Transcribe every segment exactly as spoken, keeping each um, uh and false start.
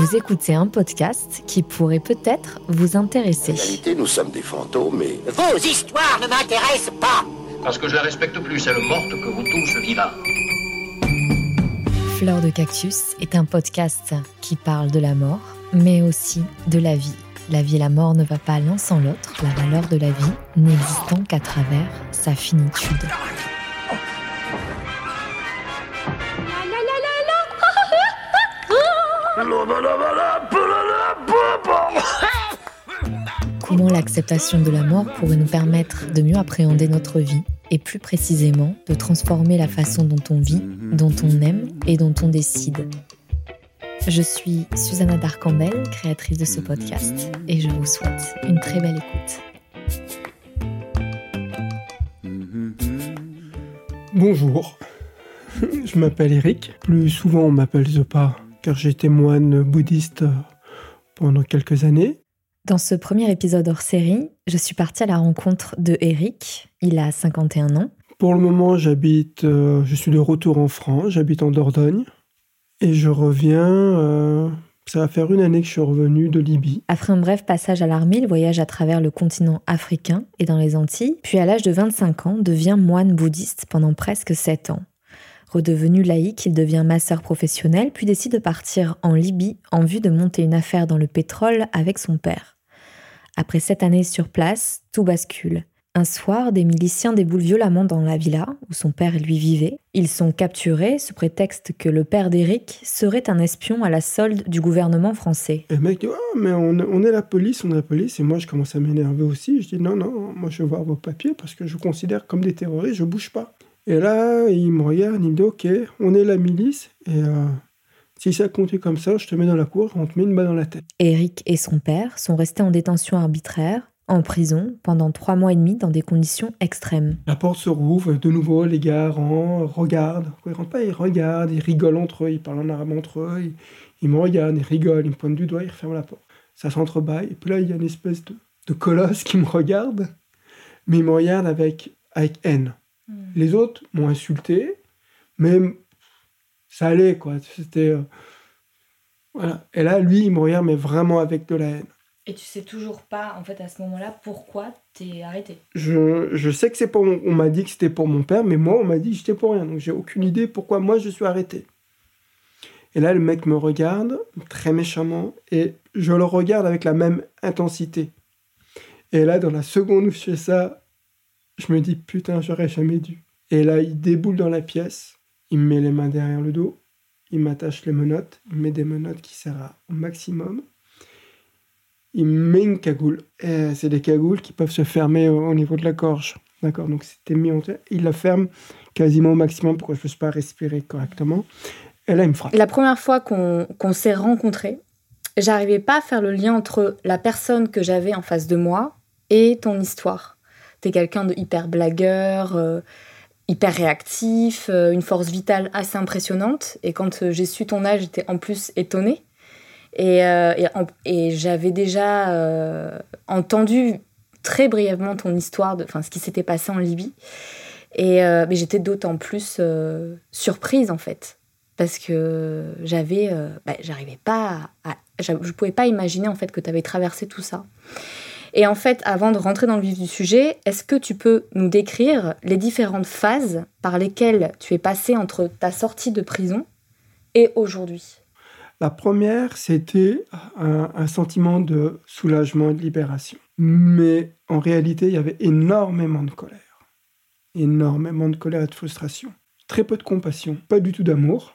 Vous écoutez un podcast qui pourrait peut-être vous intéresser. En réalité, nous sommes des fantômes et... Vos histoires ne m'intéressent pas. Parce que je la respecte plus, celle morte, que vous tous vivants. Fleur de cactus est un podcast qui parle de la mort, mais aussi de la vie. La vie et la mort ne va pas l'un sans l'autre, la valeur de la vie n'existant qu'à travers sa finitude. Comment l'acceptation de la mort pourrait nous permettre de mieux appréhender notre vie et plus précisément de transformer la façon dont on vit, dont on aime et dont on décide. Je suis Susanna Darcambel, créatrice de ce podcast, et je vous souhaite une très belle écoute. Bonjour, je m'appelle Eric. Plus souvent on m'appelle Zopa, car j'étais moine bouddhiste pendant quelques années. Dans ce premier épisode hors série, je suis partie à la rencontre de Eric. Il a cinquante et un ans. Pour le moment, j'habite, euh, je suis de retour en France, j'habite en Dordogne. Et je reviens, euh, ça va faire une année que je suis revenu de Libye. Après un bref passage à l'armée, il voyage à travers le continent africain et dans les Antilles. Puis à l'âge de vingt-cinq ans, devient moine bouddhiste pendant presque sept ans. Redevenu laïque, il devient masseur professionnel, puis décide de partir en Libye en vue de monter une affaire dans le pétrole avec son père. Après sept années sur place, tout bascule. Un soir, des miliciens déboulent violemment dans la villa où son père et lui vivaient. Ils sont capturés sous prétexte que le père d'Eric serait un espion à la solde du gouvernement français. Et le mec dit oh, « mais on, on est la police, on est la police ». Et moi, je commence à m'énerver aussi. Je dis « Non, non, moi je veux voir vos papiers parce que je vous considère comme des terroristes, je bouge pas ». Et là, il me regarde, il me dit « Ok, on est la milice et... Euh, si ça continue comme ça, je te mets dans la cour, on te met une balle dans la tête. » Eric et son père sont restés en détention arbitraire, en prison, pendant trois mois et demi dans des conditions extrêmes. La porte se rouvre, de nouveau, les gars rentrent, regardent. Quand ils rentrent pas, ils regardent, ils rigolent entre eux, ils parlent en arabe entre eux, ils, ils me regardent, ils rigolent, ils me pointent du doigt, ils referment la porte. Ça s'entrebâille, et puis là, il y a une espèce de, de colosse qui me regarde, mais il me regarde avec, avec haine. Mmh. Les autres m'ont insulté, mais... ça allait, quoi. C'était... Euh... Voilà. Et là, lui, il me regarde, mais vraiment avec de la haine. Et tu sais toujours pas, en fait, à ce moment-là, pourquoi t'es arrêté ? Je, je sais que c'est pour mon... On m'a dit que c'était pour mon père, mais moi, on m'a dit que j'étais pour rien. Donc, j'ai aucune idée pourquoi moi, je suis arrêté. Et là, le mec me regarde, très méchamment, et je le regarde avec la même intensité. Et là, dans la seconde où je fais ça, je me dis, putain, j'aurais jamais dû. Et là, il déboule dans la pièce. Il me met les mains derrière le dos, il m'attache les menottes, il me met des menottes qui serrent au maximum. Il me met une cagoule. Et c'est des cagoules qui peuvent se fermer au, au niveau de la gorge. D'accord, donc c'était mis en tête. Il la ferme quasiment au maximum pour que je ne puisse pas respirer correctement. Et là, il me frappe. La première fois qu'on, qu'on s'est rencontrés, j'arrivais pas à faire le lien entre la personne que j'avais en face de moi et ton histoire. T'es quelqu'un de hyper blagueur... Euh, hyper réactif, euh, une force vitale assez impressionnante. Et quand euh, j'ai su ton âge, j'étais en plus étonnée. Et, euh, et, en, et j'avais déjà euh, entendu très brièvement ton histoire, de, enfin, ce qui s'était passé en Libye. Et, euh, mais j'étais d'autant plus euh, surprise, en fait. Parce que j'avais... Euh, bah, j'arrivais pas à... à je ne pouvais pas imaginer, en fait, que tu avais traversé tout ça. Et en fait, avant de rentrer dans le vif du sujet, est-ce que tu peux nous décrire les différentes phases par lesquelles tu es passé entre ta sortie de prison et aujourd'hui ? La première, c'était un, un sentiment de soulagement et de libération. Mais en réalité, il y avait énormément de colère. Énormément de colère et de frustration. Très peu de compassion, pas du tout d'amour.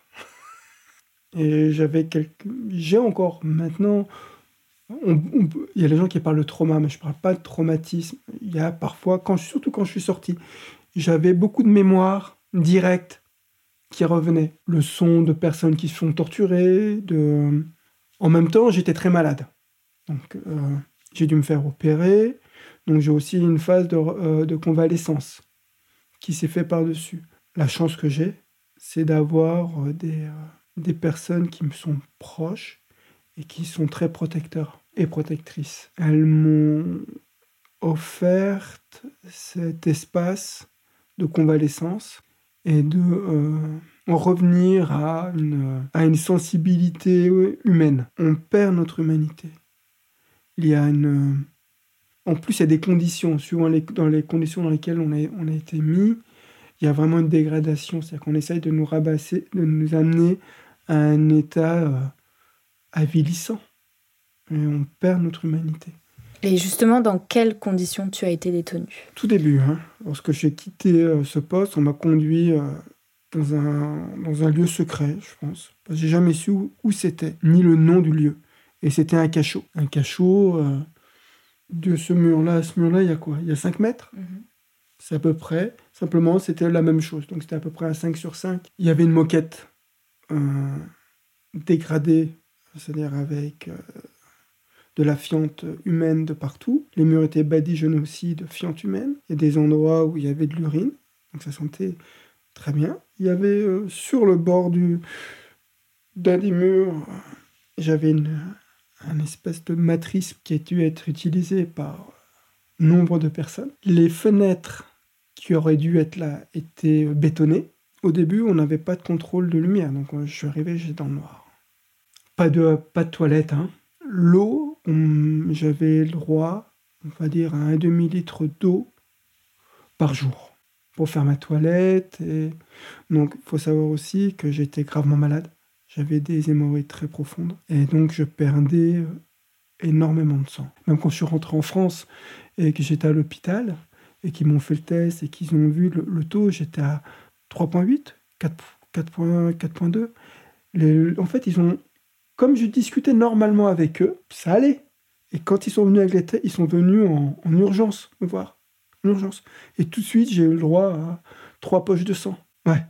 Et j'avais quelques... J'ai encore maintenant... On, on, il y a les gens qui parlent de trauma, mais je ne parle pas de traumatisme. Il y a parfois, quand, surtout quand je suis sorti, j'avais beaucoup de mémoire directe qui revenait. Le son de personnes qui se font torturer. De... En même temps, j'étais très malade. Donc, euh, j'ai dû me faire opérer. Donc, j'ai aussi une phase de, euh, de convalescence qui s'est fait par-dessus. La chance que j'ai, c'est d'avoir euh, des, euh, des personnes qui me sont proches et qui sont très protecteurs et protectrices. Elles m'ont offert cet espace de convalescence et de, euh, en revenir à une, à une sensibilité humaine. On perd notre humanité. Il y a une... En plus, il y a des conditions. Suivant les, dans les conditions dans lesquelles on a, on a été mis, il y a vraiment une dégradation. C'est-à-dire qu'on essaye de nous rabasser, de nous amener à un état euh, avilissant. Et on perd notre humanité. Et justement, dans quelles conditions tu as été détenu ? Tout début, hein, lorsque j'ai quitté euh, ce poste, on m'a conduit euh, dans, un, dans un lieu secret, je pense. Parce que j'ai jamais su où, où c'était, ni le nom du lieu. Et c'était un cachot. Un cachot, euh, de ce mur-là à ce mur-là, il y a quoi ? Il y a cinq mètres ? Mm-hmm. C'est à peu près. Simplement, c'était la même chose. Donc c'était à peu près un cinq sur cinq. Il y avait une moquette euh, dégradée, c'est-à-dire avec... Euh, de la fiente humaine de partout. Les murs étaient badigeonnés aussi de fiente humaine. Il y a des endroits où il y avait de l'urine, donc ça sentait très bien. Il y avait euh, sur le bord du, d'un des murs, euh, j'avais une, une espèce de matrice qui a dû être utilisée par nombre de personnes. Les fenêtres qui auraient dû être là étaient bétonnées. Au début, on n'avait pas de contrôle de lumière, donc euh, je suis arrivé, j'étais dans le noir. Pas de, pas de toilette, hein. L'eau, on, j'avais le droit, on va dire, à un demi-litre d'eau par jour pour faire ma toilette. Et... Donc, il faut savoir aussi que j'étais gravement malade. J'avais des hémorroïdes très profondes. Et donc, je perdais énormément de sang. Même quand je suis rentré en France et que j'étais à l'hôpital et qu'ils m'ont fait le test et qu'ils ont vu le, le taux, j'étais à trois virgule huit, quatre virgule deux. Les, en fait, ils ont... Comme je discutais normalement avec eux, ça allait. Et quand ils sont venus avec les tests, ils sont venus en, en urgence me voir. En urgence. Et tout de suite, j'ai eu le droit à trois poches de sang. Ouais.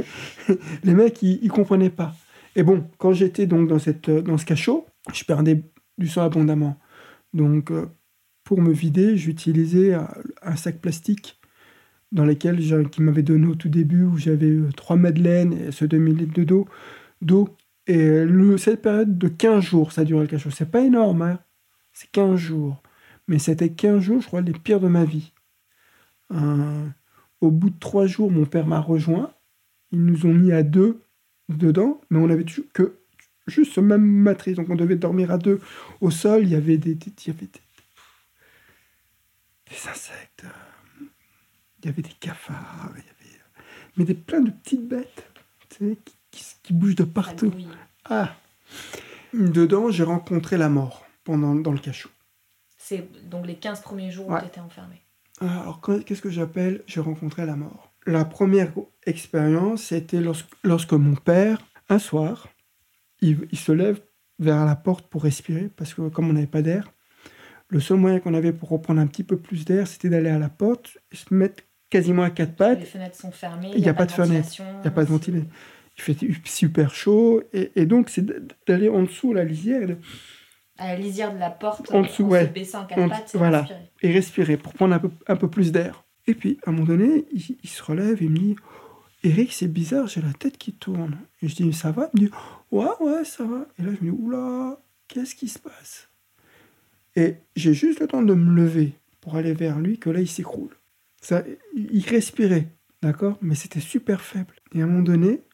Les mecs, ils ne comprenaient pas. Et bon, quand j'étais donc dans, cette, dans ce cachot, je perdais du sang abondamment. Donc, euh, pour me vider, j'utilisais un, un sac plastique dans lequel qui m'avait donné au tout début, où j'avais euh, trois madeleines et ce demi litres de d'eau, d'eau. Et le, cette période de quinze jours, ça durait le cachot. C'est pas énorme, hein. C'est quinze jours. Mais c'était quinze jours, je crois, les pires de ma vie. Euh, au bout de trois jours, mon père m'a rejoint. Ils nous ont mis à deux dedans, mais on avait que juste ce même matrice. Donc on devait dormir à deux au sol. Il y avait des, des, il y avait des, des insectes. Euh, il y avait des cafards. Il y avait, mais des, plein de petites bêtes, tu sais, qui Qui, qui bouge de partout. Ah. Dedans, j'ai rencontré la mort pendant, dans le cachot. C'est donc les quinze premiers jours ouais. où tu étais enfermé. Alors, qu'est-ce que j'appelle j'ai rencontré la mort ? La première expérience, c'était lorsque, lorsque mon père, un soir, il, il se lève vers la porte pour respirer, parce que comme on n'avait pas d'air, le seul moyen qu'on avait pour reprendre un petit peu plus d'air, c'était d'aller à la porte et se mettre quasiment à quatre pattes. Les fenêtres sont fermées, il n'y a, a pas de fenêtre, il n'y a pas de ventilation. Il fait super chaud, et, et donc c'est d'aller en dessous, la lisière. De... À la lisière de la porte, en dessous, en ouais. se baissant en quatre en, pattes, et voilà. respirer. Et respirer, pour prendre un peu, un peu plus d'air. Et puis, à un moment donné, il, il se relève et il me dit « Eric, c'est bizarre, j'ai la tête qui tourne. » Et je dis « Ça va ?» Il me dit « Ouais, ouais, ça va. » Et là, je me dis « Oula, qu'est-ce qui se passe ?» Et j'ai juste le temps de me lever pour aller vers lui, que là, il s'écroule. Ça, il respirait, d'accord ? Mais c'était super faible. Et à un moment donné,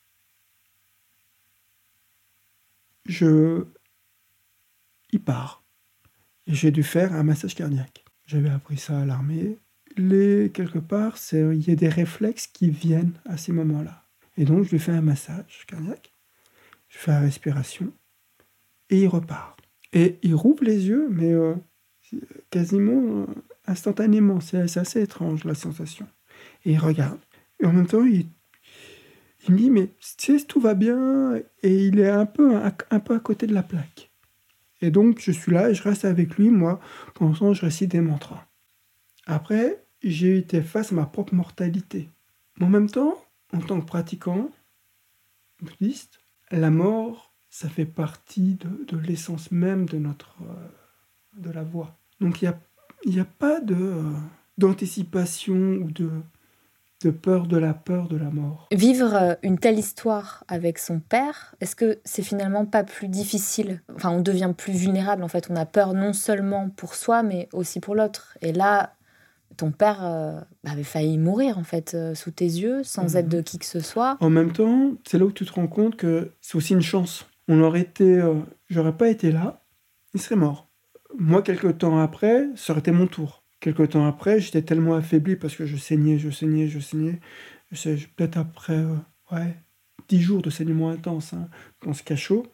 Je... il part. Et j'ai dû faire un massage cardiaque. J'avais appris ça à l'armée. Les... Quelque part, c'est... il y a des réflexes qui viennent à ces moments-là. Et donc, je lui fais un massage cardiaque. Je fais la respiration. Et il repart. Et il rouvre les yeux, mais euh, quasiment euh, instantanément. C'est... c'est assez étrange, la sensation. Et il regarde. Et en même temps, il Il me dit, mais tu sais, tout va bien, et il est un peu, un, un peu à côté de la plaque. Et donc, je suis là, et je reste avec lui, moi, pendant ce temps, je récite des mantras. Après, j'ai été face à ma propre mortalité. Mais en même temps, en tant que pratiquant bouddhiste, la mort, ça fait partie de, de l'essence même de notre, euh, de la voie. Donc, il n'y a, il y a pas de, euh, d'anticipation ou de... de peur de la peur de la mort. Vivre une telle histoire avec son père, est-ce que c'est finalement pas plus difficile ? Enfin, on devient plus vulnérable, en fait. On a peur non seulement pour soi, mais aussi pour l'autre. Et là, ton père euh, avait failli mourir, en fait, euh, sous tes yeux, sans Mmh. aide de qui que ce soit. En même temps, c'est là où tu te rends compte que c'est aussi une chance. On aurait été... euh, j'aurais pas été là, il serait mort. Moi, quelques temps après, ça aurait été mon tour. Quelques temps après, j'étais tellement affaibli parce que je saignais, je saignais, je saignais. Je sais, je- peut-être après, euh, ouais, dix jours de saignement intense, hein, dans ce cachot.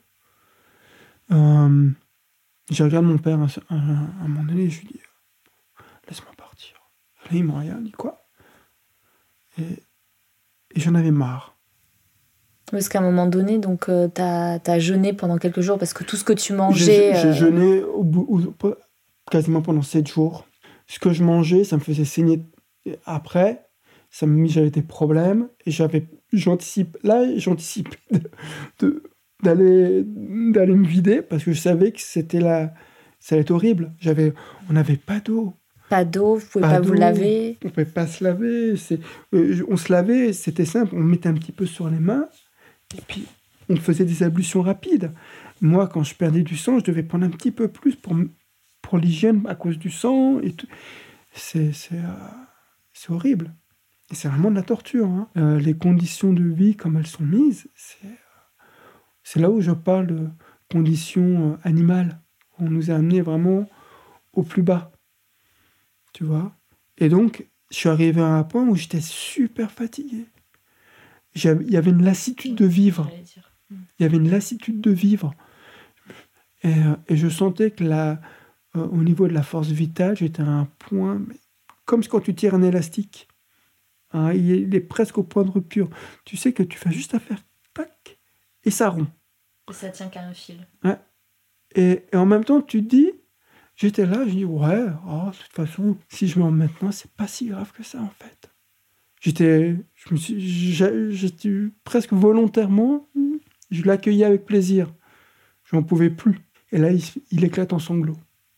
Euh, je regarde mon père à, à- à un moment donné et je lui dis « Laisse-moi partir ». Là, il me regarde, il dit « Quoi ?» Et, et j'en avais marre. Parce qu'à un moment donné, donc, euh, t'as, t'as jeûné pendant quelques jours parce que tout ce que tu J'ai mangeais... j'ai euh, jeûné au bout, au- quasiment pendant sept jours. Ce que je mangeais, ça me faisait saigner. Et après, ça me, j'avais des problèmes et j'avais, j'anticipe, là, j'anticipe de, de- d'aller, d'aller me vider parce que je savais que c'était la, ça allait être horrible. J'avais, on n'avait pas d'eau. Pas d'eau, vous pouvez Pas pas vous d'eau. laver. On ne pouvait pas se laver. C'est, euh, on se lavait, c'était simple. On mettait un petit peu sur les mains et puis on faisait des ablutions rapides. Moi, quand je perdais du sang, je devais prendre un petit peu plus pour, m- pour l'hygiène à cause du sang. Et tout. C'est, c'est, euh, c'est horrible. Et c'est vraiment de la torture. Hein. Euh, les conditions de vie, comme elles sont mises, c'est, euh, c'est là où je parle de conditions euh, animales. On nous a amenés vraiment au plus bas. Tu vois. Et donc, je suis arrivé à un point où j'étais super fatigué. J'avais- Il y avait une lassitude de vivre. Il y avait une lassitude de vivre. Et, euh, et je sentais que là, euh, au niveau de la force vitale, j'étais à un point, mais comme quand tu tires un élastique. Hein, il, est, il est presque au point de rupture. Tu sais que tu fais juste à faire tac, et ça rompt. Ça tient qu'à un fil. Et, et en même temps, tu te dis, j'étais là, je dis, ouais, oh, de toute façon, si je meurs maintenant, c'est pas si grave que ça, en fait. J'étais, je me suis, j'ai- j'étais presque volontairement, je l'accueillais avec plaisir. Je n'en pouvais plus. Et là, il, il éclate en sanglots.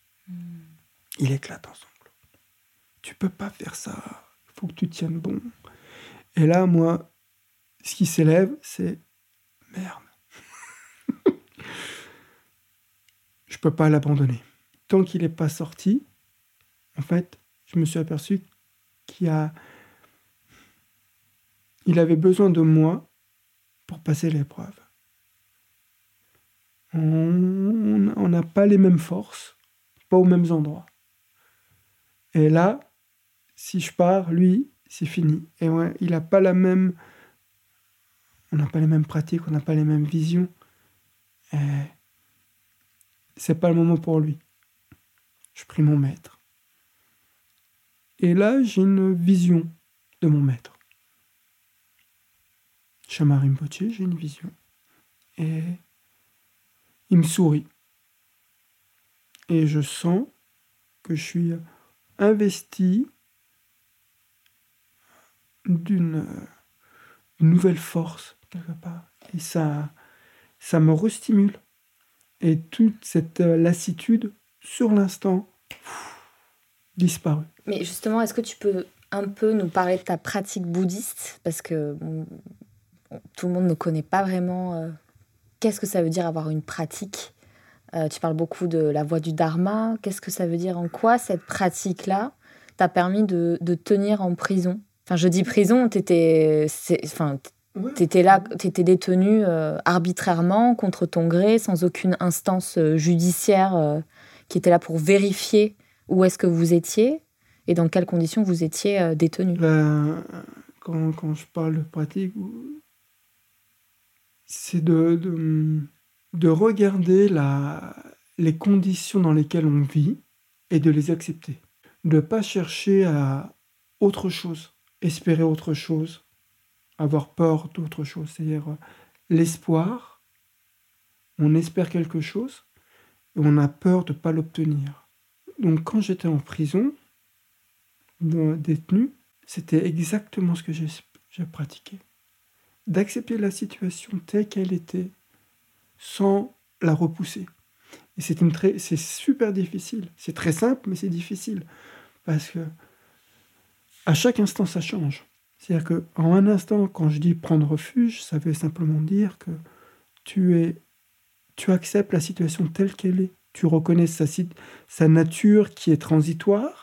Il éclate en sanglots. Tu peux pas faire ça. Il faut que tu tiennes bon. Et là, moi, ce qui s'élève, c'est merde. Je peux pas l'abandonner. Tant qu'il n'est pas sorti, en fait, je me suis aperçu qu'il a, il avait besoin de moi pour passer l'épreuve. On on n'a pas les mêmes forces, pas aux mêmes endroits. Et là, si je pars, lui, c'est fini. Et ouais, il n'a pas la même... On n'a pas les mêmes pratiques, on n'a pas les mêmes visions. Et c'est pas le moment pour lui. Je prie mon maître. Et là, j'ai une vision de mon maître. Shama Rinpoche, j'ai une vision. Et il me sourit. Et je sens que je suis investi d'une une nouvelle force, quelque part. Et ça, ça me restimule. Et toute cette euh, lassitude, sur l'instant, pff, disparue. Mais justement, est-ce que tu peux un peu nous parler de ta pratique bouddhiste? Parce que bon, tout le monde ne connaît pas vraiment euh, qu'est-ce que ça veut dire avoir une pratique. Euh, tu parles beaucoup de la voie du dharma. Qu'est-ce que ça veut dire? En quoi cette pratique-là t'a permis de, de tenir en prison? Enfin, je dis prison, t'étais, c'est, enfin, t'étais là, t'étais détenu euh, arbitrairement, contre ton gré, sans aucune instance euh, judiciaire euh, qui était là pour vérifier où est-ce que vous étiez et dans quelles conditions vous étiez euh, détenu. Là, quand, quand je parle de pratique, c'est de, de, de regarder la, les conditions dans lesquelles on vit et de les accepter. De ne pas chercher à autre chose, espérer autre chose, avoir peur d'autre chose. C'est-à-dire euh, l'espoir, on espère quelque chose et on a peur de ne pas l'obtenir. Donc quand j'étais en prison, euh, détenu, c'était exactement ce que j'ai, j'ai pratiqué. D'accepter la situation telle qu'elle était, sans la repousser. Et c'est, une très, c'est super difficile. C'est très simple, mais c'est difficile. Parce que à chaque instant, ça change. C'est-à-dire qu'en un instant, quand je dis prendre refuge, ça veut simplement dire que tu, es, tu acceptes la situation telle qu'elle est. Tu reconnais sa, sa nature qui est transitoire,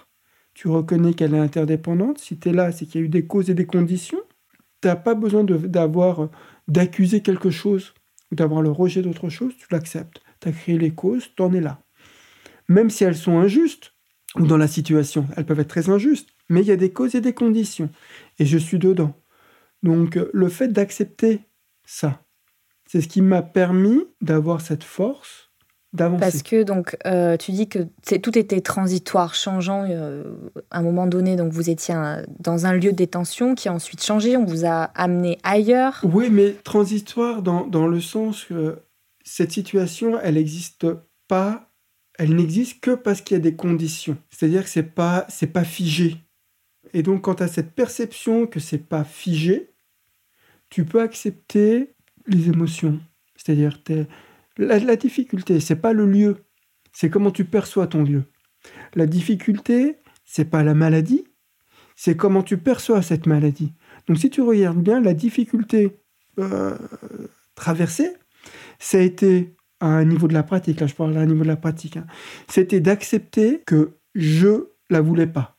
tu reconnais qu'elle est interdépendante. Si tu es là, c'est qu'il y a eu des causes et des conditions. Tu n'as pas besoin de, d'avoir, d'accuser quelque chose ou d'avoir le rejet d'autre chose, tu l'acceptes. Tu as créé les causes, tu en es là. Même si elles sont injustes, ou dans la situation, elles peuvent être très injustes, mais il y a des causes et des conditions. Et je suis dedans. Donc, le fait d'accepter ça, c'est ce qui m'a permis d'avoir cette force d'avancer. Parce que donc, euh, tu dis que c'est, tout était transitoire, changeant euh, à un moment donné. Donc, vous étiez un, dans un lieu de détention qui a ensuite changé. On vous a amené ailleurs. Oui, mais transitoire dans, dans le sens que cette situation, elle n'existe pas. Elle n'existe que parce qu'il y a des conditions. C'est-à-dire que c'est pas, c'est pas figé. Et donc, quand tu as cette perception que c'est pas figé, tu peux accepter les émotions. C'est-à-dire que la, la difficulté, c'est pas le lieu, c'est comment tu perçois ton lieu. La difficulté, c'est pas la maladie, c'est comment tu perçois cette maladie. Donc, si tu regardes bien, la difficulté euh, traversée, ça a été à un niveau de la pratique, là je parle à un niveau de la pratique, hein, c'était d'accepter que je la voulais pas.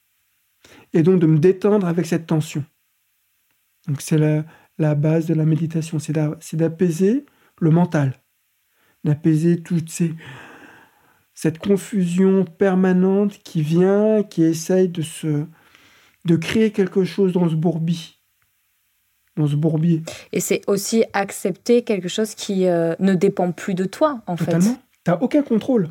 Et donc de me détendre avec cette tension. Donc c'est la, la base de la méditation, c'est, d'a, c'est d'apaiser le mental, d'apaiser toute ces, cette confusion permanente qui vient, qui essaye de, se, de créer quelque chose dans ce bourbier. Dans ce bourbier. Et c'est aussi accepter quelque chose qui euh, ne dépend plus de toi, en Totalement. fait. Tu n'as aucun contrôle.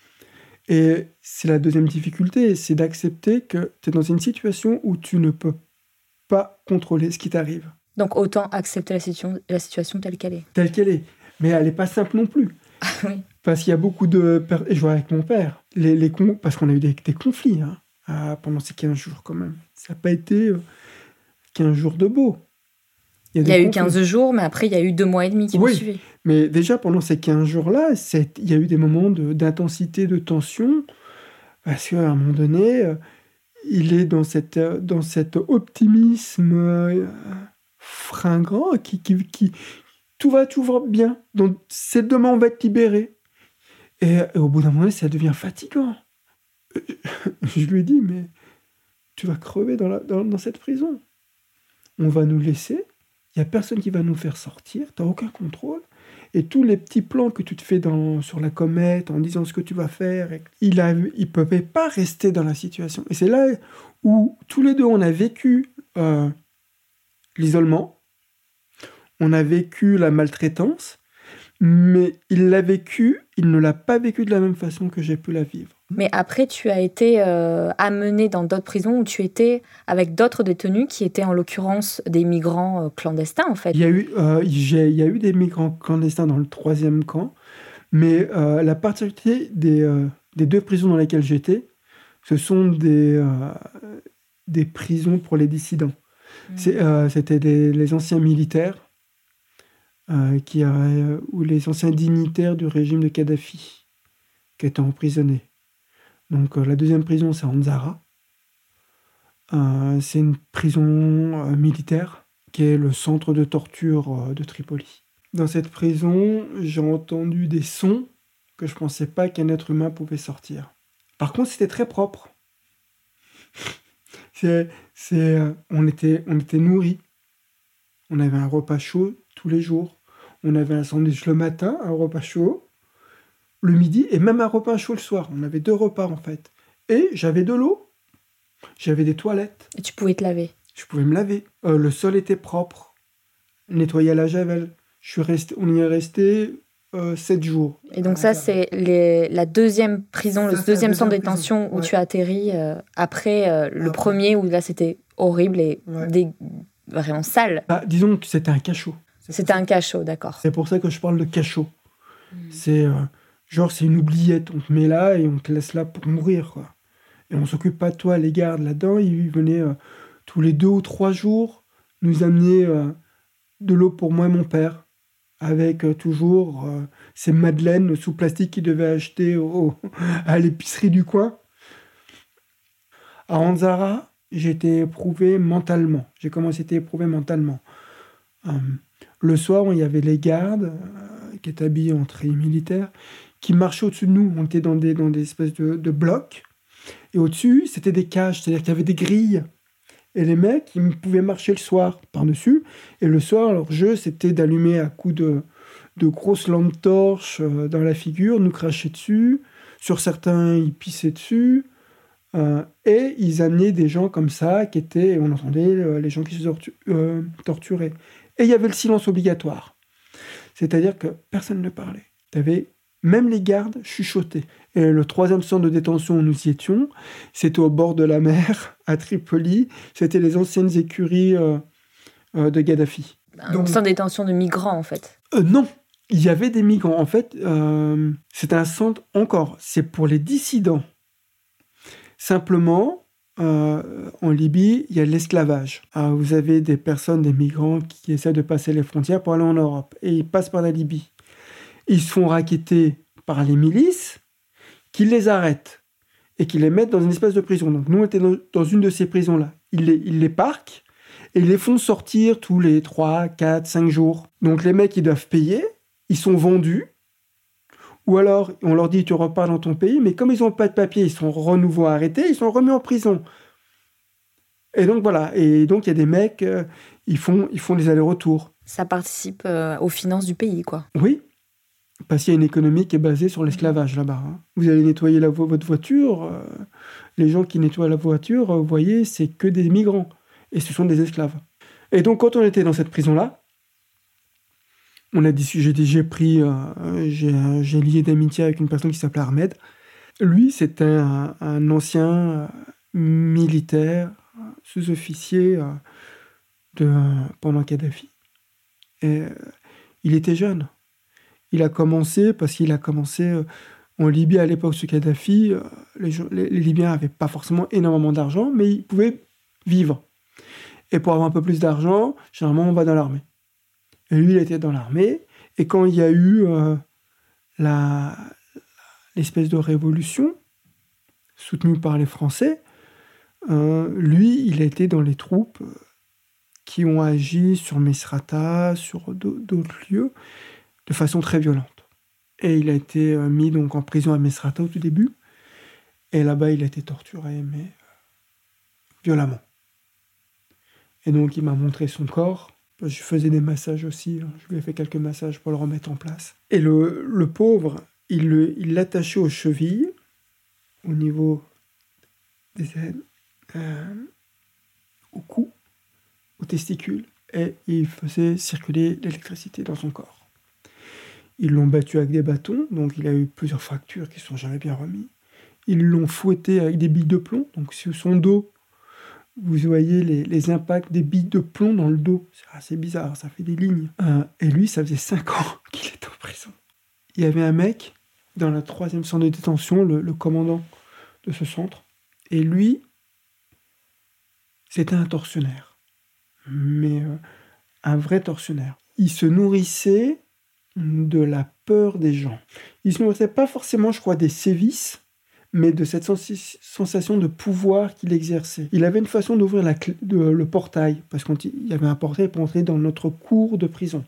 Et c'est la deuxième difficulté, c'est d'accepter que tu es dans une situation où tu ne peux pas contrôler ce qui t'arrive. Donc autant accepter la situation, la situation telle qu'elle est. Telle qu'elle est. Mais elle n'est pas simple non plus. Oui. Parce qu'il y a beaucoup de... Et je vois avec mon père, les, les con... parce qu'on a eu des, des conflits hein, à, pendant ces quinze jours quand même. Ça n'a pas été euh, quinze jours de beau. Il y a, il y a eu quinze jours, mais après, il y a eu deux mois et demi qui oui, m'ont suivi. Mais déjà, pendant ces quinze jours-là, c'est... il y a eu des moments de... d'intensité, de tension, parce qu'à un moment donné, euh, il est dans, cette, euh, dans cet optimisme euh, fringant qui, qui, qui... Tout va, tout va bien. Donc, c'est demain, on va être libéré. Et, et au bout d'un moment, ça devient fatigant. Je lui ai dit, mais tu vas crever dans, la, dans, dans cette prison. On va nous laisser. Il n'y a personne qui va nous faire sortir. Tu n'as aucun contrôle. Et tous les petits plans que tu te fais dans, sur la comète en disant ce que tu vas faire, il ne pouvait pas rester dans la situation. Et c'est là où tous les deux, on a vécu euh, l'isolement. On a vécu la maltraitance. Mais il l'a vécu, il ne l'a pas vécu de la même façon que j'ai pu la vivre. Mais après, tu as été euh, amené dans d'autres prisons où tu étais avec d'autres détenus qui étaient en l'occurrence des migrants euh, clandestins, en fait. Il y a eu, euh, j'ai, il y a eu des migrants clandestins dans le troisième camp, mais euh, la particularité des, euh, des deux prisons dans lesquelles j'étais, ce sont des, euh, des prisons pour les dissidents. Mmh. C'est, euh, c'était des, les anciens militaires, Euh, qui a, euh, ou les anciens dignitaires du régime de Kadhafi qui étaient emprisonnés. Donc euh, la deuxième prison, c'est Anzara. Euh, c'est une prison euh, militaire qui est le centre de torture euh, de Tripoli. Dans cette prison, j'ai entendu des sons que je ne pensais pas qu'un être humain pouvait sortir. Par contre, c'était très propre. c'est, c'est, euh, on était, on était nourris. On avait un repas chaud tous les jours. On avait un sandwich le matin, un repas chaud le midi et même un repas chaud le soir. On avait deux repas en fait. Et j'avais de l'eau, j'avais des toilettes. Et tu pouvais te laver. Je pouvais me laver. Euh, le sol était propre, nettoyé à la javel. Je suis resté, on y est resté euh, sept jours. Et donc ça, c'est les, la deuxième prison, ça, le deuxième centre de détention prison. où ouais. tu as atterri euh, après euh, le après. premier où là c'était horrible et ouais. des, vraiment sale. Bah, disons que c'était un cachot. C'était un cachot, d'accord. C'est pour ça que je parle de cachot. Mmh. C'est euh, genre, c'est une oubliette. On te met là et on te laisse là pour mourir, quoi. Et on s'occupe pas de toi, les gardes là-dedans. Ils venaient euh, tous les deux ou trois jours nous amener euh, de l'eau pour moi et mon père, avec euh, toujours euh, ces madeleines sous plastique qu'ils devaient acheter au, à l'épicerie du coin. À Anzara, j'ai été éprouvé mentalement. J'ai commencé à être éprouvé mentalement. Euh, Le soir, il y avait les gardes euh, qui étaient habillés en treillis militaires qui marchaient au-dessus de nous. On était dans des, dans des espèces de, de blocs. Et au-dessus, c'était des cages, c'est-à-dire qu'il y avait des grilles. Et les mecs, ils pouvaient marcher le soir par-dessus. Et le soir, leur jeu, c'était d'allumer à coups de, de grosses lampes torches euh, dans la figure, nous cracher dessus. Sur certains, ils pissaient dessus. Euh, et ils amenaient des gens comme ça, qui étaient, et on entendait euh, les gens qui se tortu- euh, torturaient. Et il y avait le silence obligatoire. C'est-à-dire que personne ne parlait. T'avais, même les gardes chuchotaient. Et le troisième centre de détention où nous y étions, c'était au bord de la mer, à Tripoli. C'était les anciennes écuries euh, euh, de Kadhafi. Un Donc, centre de détention de migrants, en fait. Euh, non, il y avait des migrants. En fait, euh, c'est un centre, encore, c'est pour les dissidents. Simplement, euh, en Libye, il y a l'esclavage. Alors, vous avez des personnes, des migrants qui essaient de passer les frontières pour aller en Europe. Et ils passent par la Libye. Ils se font racketter par les milices, qui les arrêtent et qui les mettent dans une espèce de prison. Donc nous, on était dans une de ces prisons-là. Ils les, ils les parquent et ils les font sortir tous les trois, quatre, cinq jours. Donc les mecs, ils doivent payer, ils sont vendus, ou alors on leur dit « tu repars dans ton pays », mais comme ils n'ont pas de papier, ils sont renouveau arrêtés, ils sont remis en prison. Et donc voilà, et donc il y a des mecs, euh, ils, font, ils font des allers-retours. Ça participe euh, aux finances du pays, quoi. Oui. Parce qu'il y a une économie qui est basée sur l'esclavage là-bas. Hein. Vous allez nettoyer la vo- votre voiture, euh, les gens qui nettoient la voiture, euh, vous voyez, c'est que des migrants. Et ce sont des esclaves. Et donc, quand on était dans cette prison-là, on a dit, j'ai, j'ai pris, euh, j'ai, j'ai lié d'amitié avec une personne qui s'appelait Ahmed. Lui, c'était un, un ancien euh, militaire, sous-officier euh, de, euh, pendant Kadhafi. Et euh, il était jeune. Il a commencé, parce qu'il a commencé euh, en Libye à l'époque sous Kadhafi, euh, les, les, les Libyens n'avaient pas forcément énormément d'argent, mais ils pouvaient vivre. Et pour avoir un peu plus d'argent, généralement, on va dans l'armée. Et lui, il était dans l'armée, et quand il y a eu euh, la, l'espèce de révolution, soutenue par les Français, euh, lui, il était dans les troupes euh, qui ont agi sur Misrata, sur d'autres lieux, de façon très violente. Et il a été mis donc en prison à Misrata au tout début. Et là-bas, il a été torturé, mais euh, violemment. Et donc, il m'a montré son corps. Je faisais des massages aussi. Hein. Je lui ai fait quelques massages pour le remettre en place. Et le, le pauvre, il, le, il l'attachait aux chevilles, au niveau des aines, euh, au cou, aux testicules. Et il faisait circuler l'électricité dans son corps. Ils l'ont battu avec des bâtons, donc il a eu plusieurs fractures qui ne sont jamais bien remises. Ils l'ont fouetté avec des billes de plomb, donc sur son dos, vous voyez les, les impacts des billes de plomb dans le dos. C'est assez bizarre, ça fait des lignes. Euh, et lui, ça faisait cinq ans qu'il était en prison. Il y avait un mec dans la troisième centre de détention, le, le commandant de ce centre, et lui, c'était un tortionnaire. Mais euh, un vrai tortionnaire. Il se nourrissait de la peur des gens. Il ne se nourrissait pas forcément, je crois, des sévices, mais de cette sens- sensation de pouvoir qu'il exerçait. Il avait une façon d'ouvrir la clé, de, le portail, parce qu'il y avait un portail pour entrer dans notre cour de prison.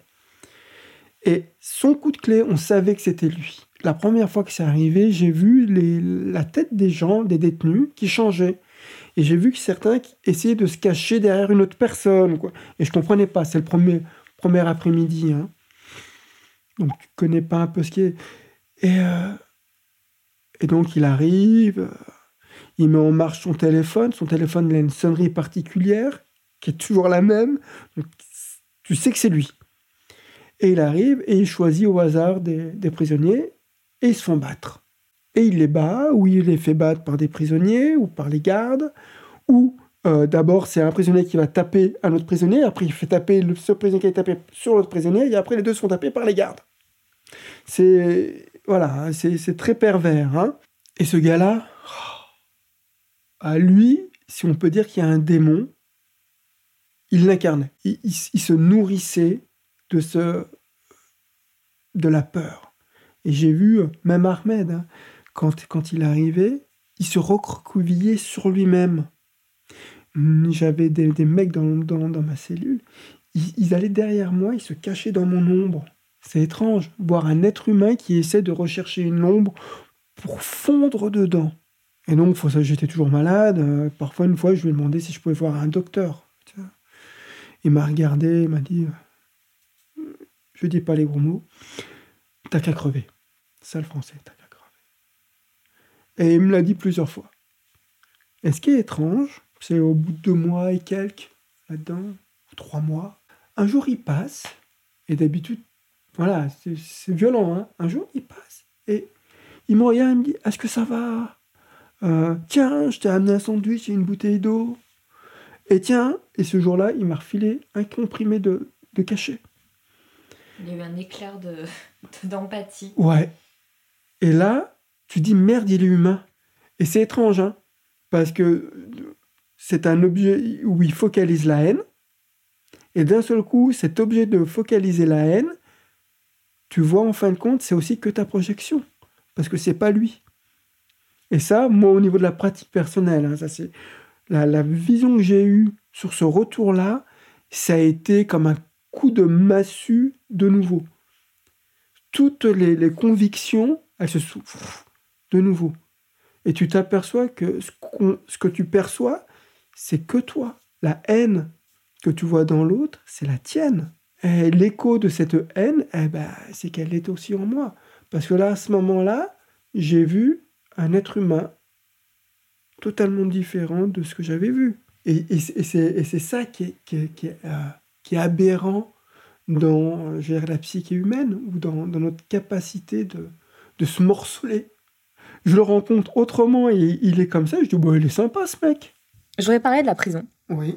Et son coup de clé, on savait que c'était lui. La première fois que c'est arrivé, j'ai vu les, la tête des gens, des détenus, qui changeait. Et j'ai vu que certains essayaient de se cacher derrière une autre personne, quoi. Et je ne comprenais pas, c'est le premier, premier après-midi, hein. Donc, tu ne connais pas un peu ce qui est... Et, euh, et donc, il arrive, euh, il met en marche son téléphone. Son téléphone, il a une sonnerie particulière, qui est toujours la même. Donc, tu sais que c'est lui. Et il arrive, et il choisit au hasard des, des prisonniers, et ils se font battre. Et il les bat, ou il les fait battre par des prisonniers, ou par les gardes, ou... Euh, d'abord, c'est un prisonnier qui va taper un autre prisonnier, après il fait taper le, ce prisonnier qui a tapé sur l'autre prisonnier, et après les deux sont tapés par les gardes. C'est, voilà, c'est, c'est très pervers. Hein. Et ce gars-là, à lui, si on peut dire qu'il y a un démon, il l'incarnait. Il, il, il se nourrissait de, ce, de la peur. Et j'ai vu, même Ahmed, hein, quand, quand il arrivait, il se recroquevillait sur lui-même. J'avais des, des mecs dans, dans, dans ma cellule, ils, ils allaient derrière moi, ils se cachaient dans mon ombre. C'est étrange, voir un être humain qui essaie de rechercher une ombre pour fondre dedans. Et donc, faut ça, j'étais toujours malade. Euh, parfois, une fois, je lui ai demandé si je pouvais voir un docteur. Tu vois. Il m'a regardé, il m'a dit, euh, je dis pas les gros mots, t'as qu'à crever. C'est ça le français, t'as qu'à crever. Et il me l'a dit plusieurs fois. Et ce qui est étrange, c'est au bout de deux mois et quelques, là-dedans, trois mois, un jour il passe, et d'habitude, voilà, c'est, c'est violent, hein. Un jour il passe, et il me regarde, il me dit, est-ce que ça va ? Euh, tiens, je t'ai amené un sandwich et une bouteille d'eau. Et tiens, et ce jour-là, il m'a refilé un comprimé de, de cachet. Il y a eu un éclair de, de, d'empathie. Ouais. Et là, tu dis, merde, il est humain. Et c'est étrange, hein, parce que c'est un objet où il focalise la haine. Et d'un seul coup, cet objet de focaliser la haine, tu vois, en fin de compte, c'est aussi que ta projection. Parce que c'est pas lui. Et ça, moi, au niveau de la pratique personnelle, hein, ça c'est la, la vision que j'ai eue sur ce retour-là, ça a été comme un coup de massue de nouveau. Toutes les, les convictions, elles se souffrent de nouveau. Et tu t'aperçois que ce, qu'on, ce que tu perçois, c'est que toi. La haine que tu vois dans l'autre, c'est la tienne. Et l'écho de cette haine, eh ben, c'est qu'elle est aussi en moi. Parce que là, à ce moment-là, j'ai vu un être humain totalement différent de ce que j'avais vu. Et, et, et, c'est, et c'est ça qui est, qui est, qui est, euh, qui est aberrant dans je veux dire, la psyché humaine ou dans, dans notre capacité de, de se morceler. Je le rencontre autrement et il est comme ça. Je dis, bon, il est sympa ce mec. Je voudrais parler de la prison. Oui.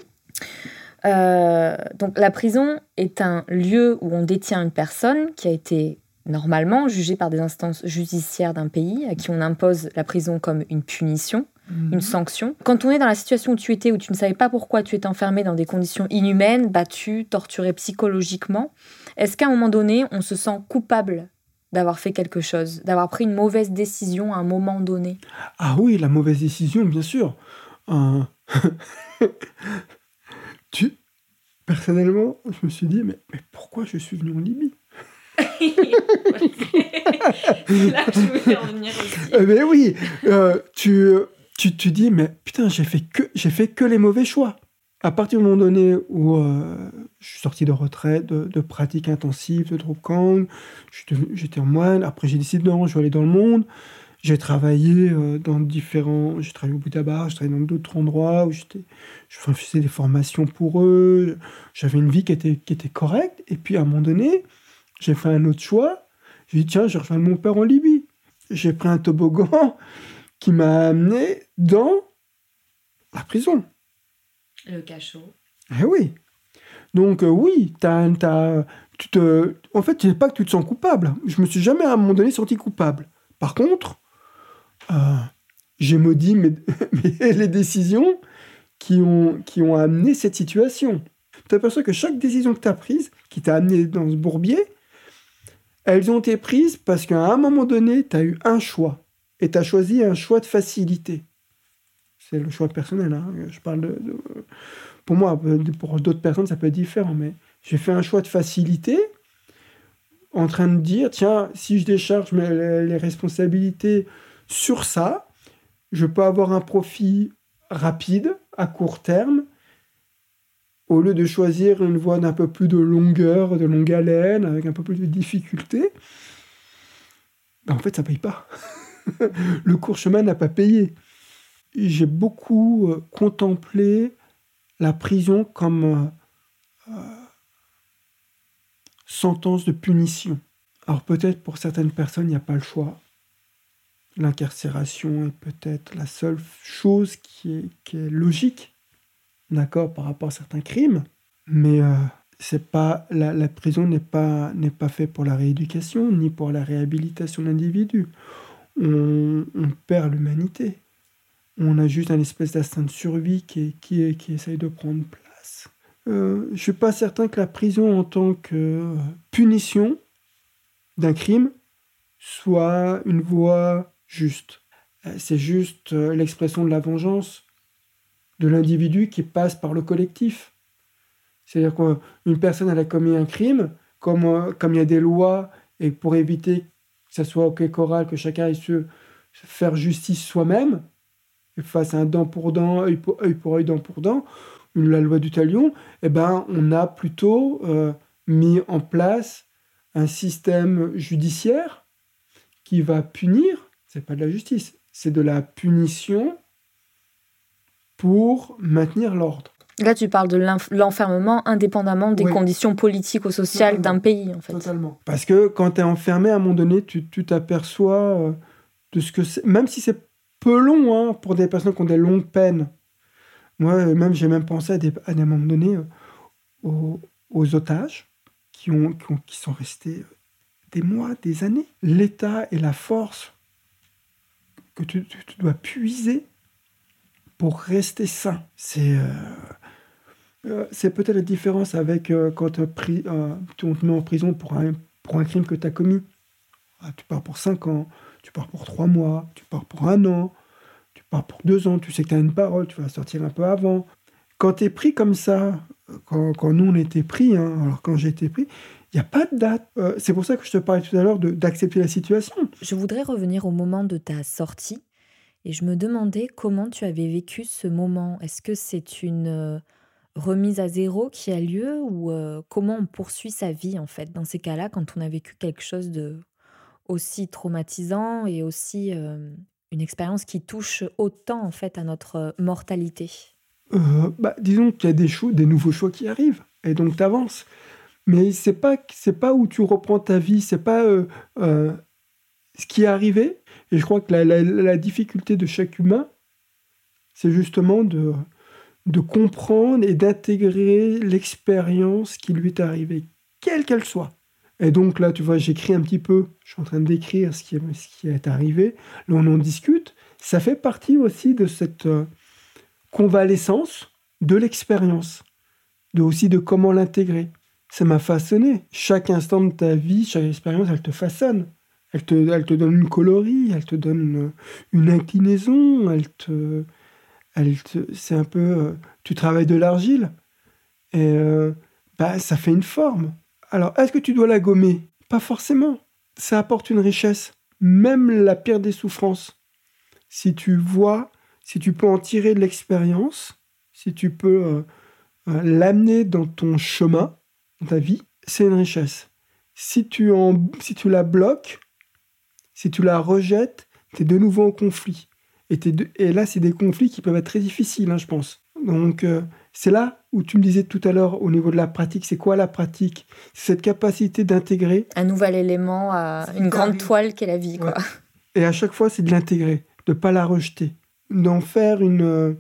Euh, donc la prison est un lieu où on détient une personne qui a été normalement jugée par des instances judiciaires d'un pays à qui on impose la prison comme une punition, mmh. une sanction. Quand on est dans la situation où tu étais, où tu ne savais pas pourquoi tu étais enfermé dans des conditions inhumaines, battu, torturé psychologiquement, est-ce qu'à un moment donné, on se sent coupable d'avoir fait quelque chose, d'avoir pris une mauvaise décision à un moment donné ? Ah oui, la mauvaise décision, bien sûr. Euh... tu... Personnellement, je me suis dit, mais, mais pourquoi je suis venu en Libye ? Là, je voulais en venir aussi. Euh, mais oui, euh, tu, tu tu dis, mais putain, j'ai fait que j'ai fait que les mauvais choix. À partir du moment donné où euh, je suis sorti de retraite, de, de pratique intensive, de Drukang, j'étais en moine. Après, j'ai décidé non, je vais aller dans le monde. J'ai travaillé euh, dans différents... J'ai travaillé au Bouddha-Bar, j'ai travaillé dans d'autres endroits où j'étais... Je faisais des formations pour eux. J'avais une vie qui était, qui était correcte. Et puis, à un moment donné, j'ai fait un autre choix. J'ai dit, tiens, je rejoins mon père en Libye. J'ai pris un toboggan qui m'a amené dans la prison. Le cachot. Eh oui. Donc, euh, oui, t'as, t'as, tu te... en fait, c'est pas que tu te sens coupable. Je me suis jamais, à un moment donné, senti coupable. Par contre, euh, j'ai maudit mes, mes, les décisions qui ont, qui ont amené cette situation. Tu t'aperçois que chaque décision que tu as prise, qui t'a amené dans ce bourbier, elles ont été prises parce qu'à un moment donné, tu as eu un choix. Et tu as choisi un choix de facilité. C'est le choix personnel. Hein. Je parle de, de... Pour moi, pour d'autres personnes, ça peut être différent. Mais j'ai fait un choix de facilité en train de dire, tiens, si je décharge mes, les responsabilités sur ça, je peux avoir un profit rapide, à court terme, au lieu de choisir une voie d'un peu plus de longueur, de longue haleine, avec un peu plus de difficulté. Ben en fait, ça ne paye pas. Le court chemin n'a pas payé. J'ai beaucoup euh, contemplé la prison comme euh, euh, sentence de punition. Alors peut-être pour certaines personnes, il n'y a pas le choix. L'incarcération est peut-être la seule chose qui est, qui est logique, d'accord, par rapport à certains crimes, mais euh, c'est pas, la, la prison n'est pas, n'est pas faite pour la rééducation, ni pour la réhabilitation de l'individu. On, on perd l'humanité. On a juste un espèce d'instinct de survie qui, qui, qui essaye de prendre place. Euh, je ne suis pas certain que la prison en tant que euh, punition d'un crime soit une voie juste. Euh, c'est juste euh, l'expression de la vengeance de l'individu qui passe par le collectif. C'est-à-dire qu'une personne elle a commis un crime, comme, euh, comme il y a des lois, et pour éviter que ça soit au quai choral, que chacun aille se faire justice soi-même, face à un dent pour dent, œil pour œil, pour œil, dent pour dent, la loi du talion, eh ben, on a plutôt euh, mis en place un système judiciaire qui va punir, c'est pas de la justice, c'est de la punition pour maintenir l'ordre. Là, tu parles de l'enfermement indépendamment des oui. conditions politico-sociales Totalement. d'un pays, en fait. Totalement. Parce que quand tu es enfermé, à un moment donné, tu, tu t'aperçois euh, de ce que c'est. Même si c'est peu long hein, pour des personnes qui ont des longues peines. Moi, même, j'ai même pensé à des, à des moments donnés euh, aux, aux otages qui, ont, qui, ont, qui sont restés des mois, des années. L'État et la force que tu, tu, tu dois puiser pour rester sain. C'est... Euh, Euh, c'est peut-être la différence avec euh, quand euh, pri- euh, on te met en prison pour un, pour un crime que tu as commis. Ah, tu pars pour cinq ans, tu pars pour trois mois, tu pars pour un an, tu pars pour deux ans, tu sais que tu as une parole, tu vas sortir un peu avant. Quand tu es pris comme ça, quand, quand nous on était pris, hein, alors quand j'ai été pris, il n'y a pas de date. Euh, c'est pour ça que je te parlais tout à l'heure de, d'accepter la situation. Je voudrais revenir au moment de ta sortie et je me demandais comment tu avais vécu ce moment. Est-ce que c'est une... Euh... remise à zéro qui a lieu ou euh, comment on poursuit sa vie en fait dans ces cas-là quand on a vécu quelque chose de aussi traumatisant et aussi euh, une expérience qui touche autant en fait à notre mortalité. Euh, bah, disons qu'il y a des choix, des nouveaux choix qui arrivent et donc tu avances. Mais c'est pas c'est pas où tu reprends ta vie, c'est pas euh, euh, ce qui est arrivé. Et je crois que la, la, la difficulté de chaque humain, c'est justement de de comprendre et d'intégrer l'expérience qui lui est arrivée, quelle qu'elle soit. Et donc là, tu vois, j'écris un petit peu, je suis en train de décrire ce qui est, ce qui est arrivé, là on en discute, ça fait partie aussi de cette euh, convalescence de l'expérience, de, aussi de comment l'intégrer. Ça m'a façonné. Chaque instant de ta vie, chaque expérience, elle te façonne. Elle te, elle te donne une colorie, elle te donne une, une inclinaison, elle te... Elle te, c'est un peu... Euh, tu travailles de l'argile et euh, bah, ça fait une forme. Alors, est-ce que tu dois la gommer ? Pas forcément. Ça apporte une richesse. Même la pire des souffrances. Si tu vois, si tu peux en tirer de l'expérience, si tu peux euh, euh, l'amener dans ton chemin, dans ta vie, c'est une richesse. Si tu, en, si tu la bloques, si tu la rejettes, tu es de nouveau en conflit. Et, de, et là, c'est des conflits qui peuvent être très difficiles, hein, je pense. Donc, euh, c'est là où tu me disais tout à l'heure, au niveau de la pratique, c'est quoi la pratique ? C'est cette capacité d'intégrer... Un nouvel élément, à une grande toile qu'est la vie, quoi. Ouais. Et à chaque fois, c'est de l'intégrer, de ne pas la rejeter, d'en faire une, euh,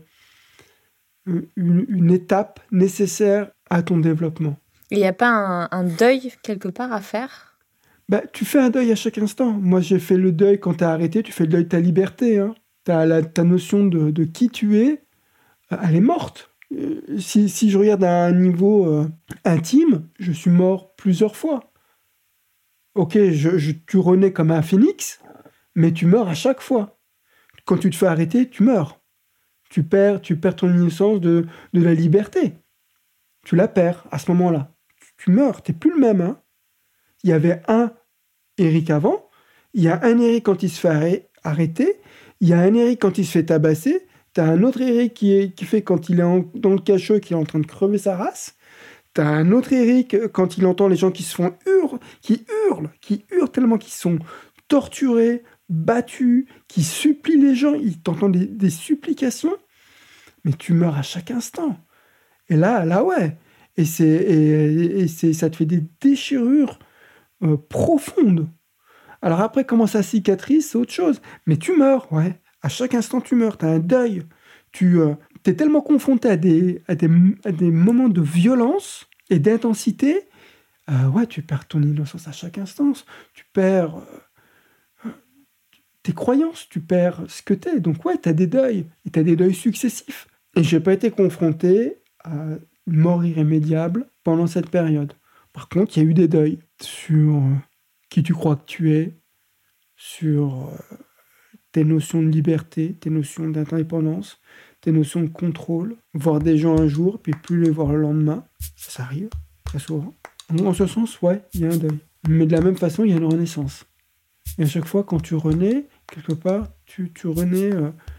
une, une étape nécessaire à ton développement. Il n'y a pas un, un deuil, quelque part, à faire ? Bah, tu fais un deuil à chaque instant. Moi, j'ai fait le deuil quand tu as arrêté, tu fais le deuil de ta liberté, hein. Ta, la, ta notion de, de qui tu es, elle est morte. Euh, si, si je regarde à un niveau euh, intime, je suis mort plusieurs fois. Ok, je, je, tu renais comme un phénix, mais tu meurs à chaque fois. Quand tu te fais arrêter, tu meurs. Tu perds, tu perds ton innocence de, de la liberté. Tu la perds à ce moment-là. Tu, tu meurs, tu n'es plus le même. Hein. Il y avait un Eric avant, il y a un Eric quand il se fait arrêter, il y a un Eric quand il se fait tabasser, t'as un autre Eric qui, est, qui fait quand il est en, dans le cachot et qu'il est en train de crever sa race, t'as un autre Eric quand il entend les gens qui se font hurler, qui hurlent, qui hurlent tellement qu'ils sont torturés, battus, qui supplient les gens, ils t'entendent des, des supplications, mais tu meurs à chaque instant. Et là, là ouais, et, c'est, et, et c'est, ça te fait des déchirures euh, profondes. Alors après, comment ça cicatrise, c'est autre chose. Mais tu meurs, ouais. À chaque instant, tu meurs. Tu as un deuil. Tu euh, es tellement confronté à des, à, des, à des moments de violence et d'intensité. Euh, ouais, tu perds ton innocence à chaque instant. Tu perds euh, tes croyances. Tu perds ce que tu es. Donc ouais, tu as des deuils. Et tu as des deuils successifs. Et je n'ai pas été confronté à une mort irrémédiable pendant cette période. Par contre, il y a eu des deuils sur... Euh, qui tu crois que tu es, sur euh, tes notions de liberté, tes notions d'indépendance, tes notions de contrôle, voir des gens un jour, puis plus les voir le lendemain, ça, ça arrive très souvent. En ce sens, ouais, il y a un deuil. Mais de la même façon, il y a une renaissance. Et à chaque fois, quand tu renais, quelque part, tu, tu renais euh,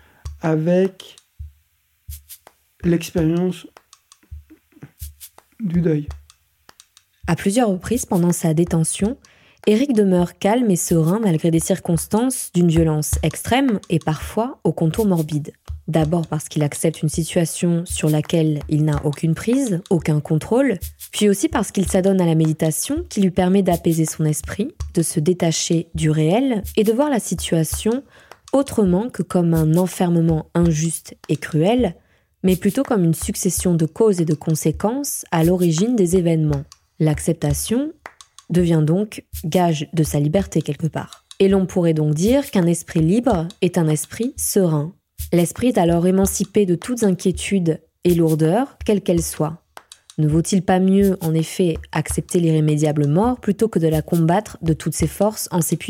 avec l'expérience du deuil. À plusieurs reprises pendant sa détention, Éric demeure calme et serein malgré des circonstances d'une violence extrême et parfois au contour morbide. D'abord parce qu'il accepte une situation sur laquelle il n'a aucune prise, aucun contrôle, puis aussi parce qu'il s'adonne à la méditation qui lui permet d'apaiser son esprit, de se détacher du réel et de voir la situation autrement que comme un enfermement injuste et cruel, mais plutôt comme une succession de causes et de conséquences à l'origine des événements. L'acceptation devient donc gage de sa liberté quelque part. Et l'on pourrait donc dire qu'un esprit libre est un esprit serein. L'esprit est alors émancipé de toutes inquiétudes et lourdeurs, quelles qu'elles soient. Ne vaut-il pas mieux, en effet, accepter l'irrémédiable mort plutôt que de la combattre de toutes ses forces en s'épuisant ?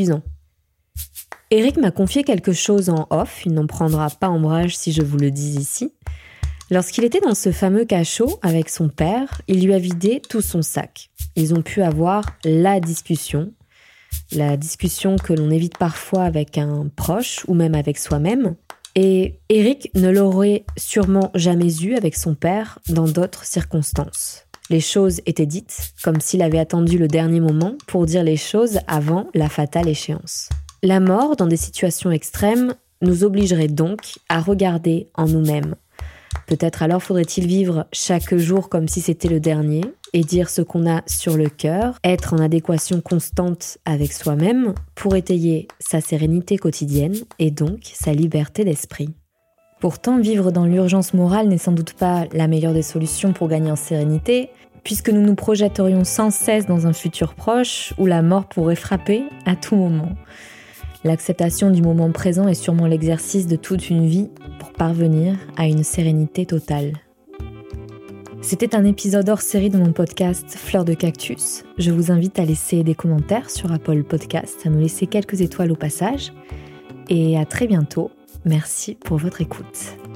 Éric m'a confié quelque chose en off, il n'en prendra pas ombrage si je vous le dis ici. Lorsqu'il était dans ce fameux cachot avec son père, il lui a vidé tout son sac. Ils ont pu avoir la discussion, la discussion que l'on évite parfois avec un proche ou même avec soi-même. Et Éric ne l'aurait sûrement jamais eu avec son père dans d'autres circonstances. Les choses étaient dites comme s'il avait attendu le dernier moment pour dire les choses avant la fatale échéance. La mort, dans des situations extrêmes, nous obligerait donc à regarder en nous-mêmes. Peut-être alors faudrait-il vivre chaque jour comme si c'était le dernier et dire ce qu'on a sur le cœur, être en adéquation constante avec soi-même pour étayer sa sérénité quotidienne et donc sa liberté d'esprit. Pourtant, vivre dans l'urgence morale n'est sans doute pas la meilleure des solutions pour gagner en sérénité, puisque nous nous projetterions sans cesse dans un futur proche où la mort pourrait frapper à tout moment. L'acceptation du moment présent est sûrement l'exercice de toute une vie pour parvenir à une sérénité totale. C'était un épisode hors série de mon podcast Fleurs de Cactus. Je vous invite à laisser des commentaires sur Apple Podcasts, à me laisser quelques étoiles au passage. Et à très bientôt. Merci pour votre écoute.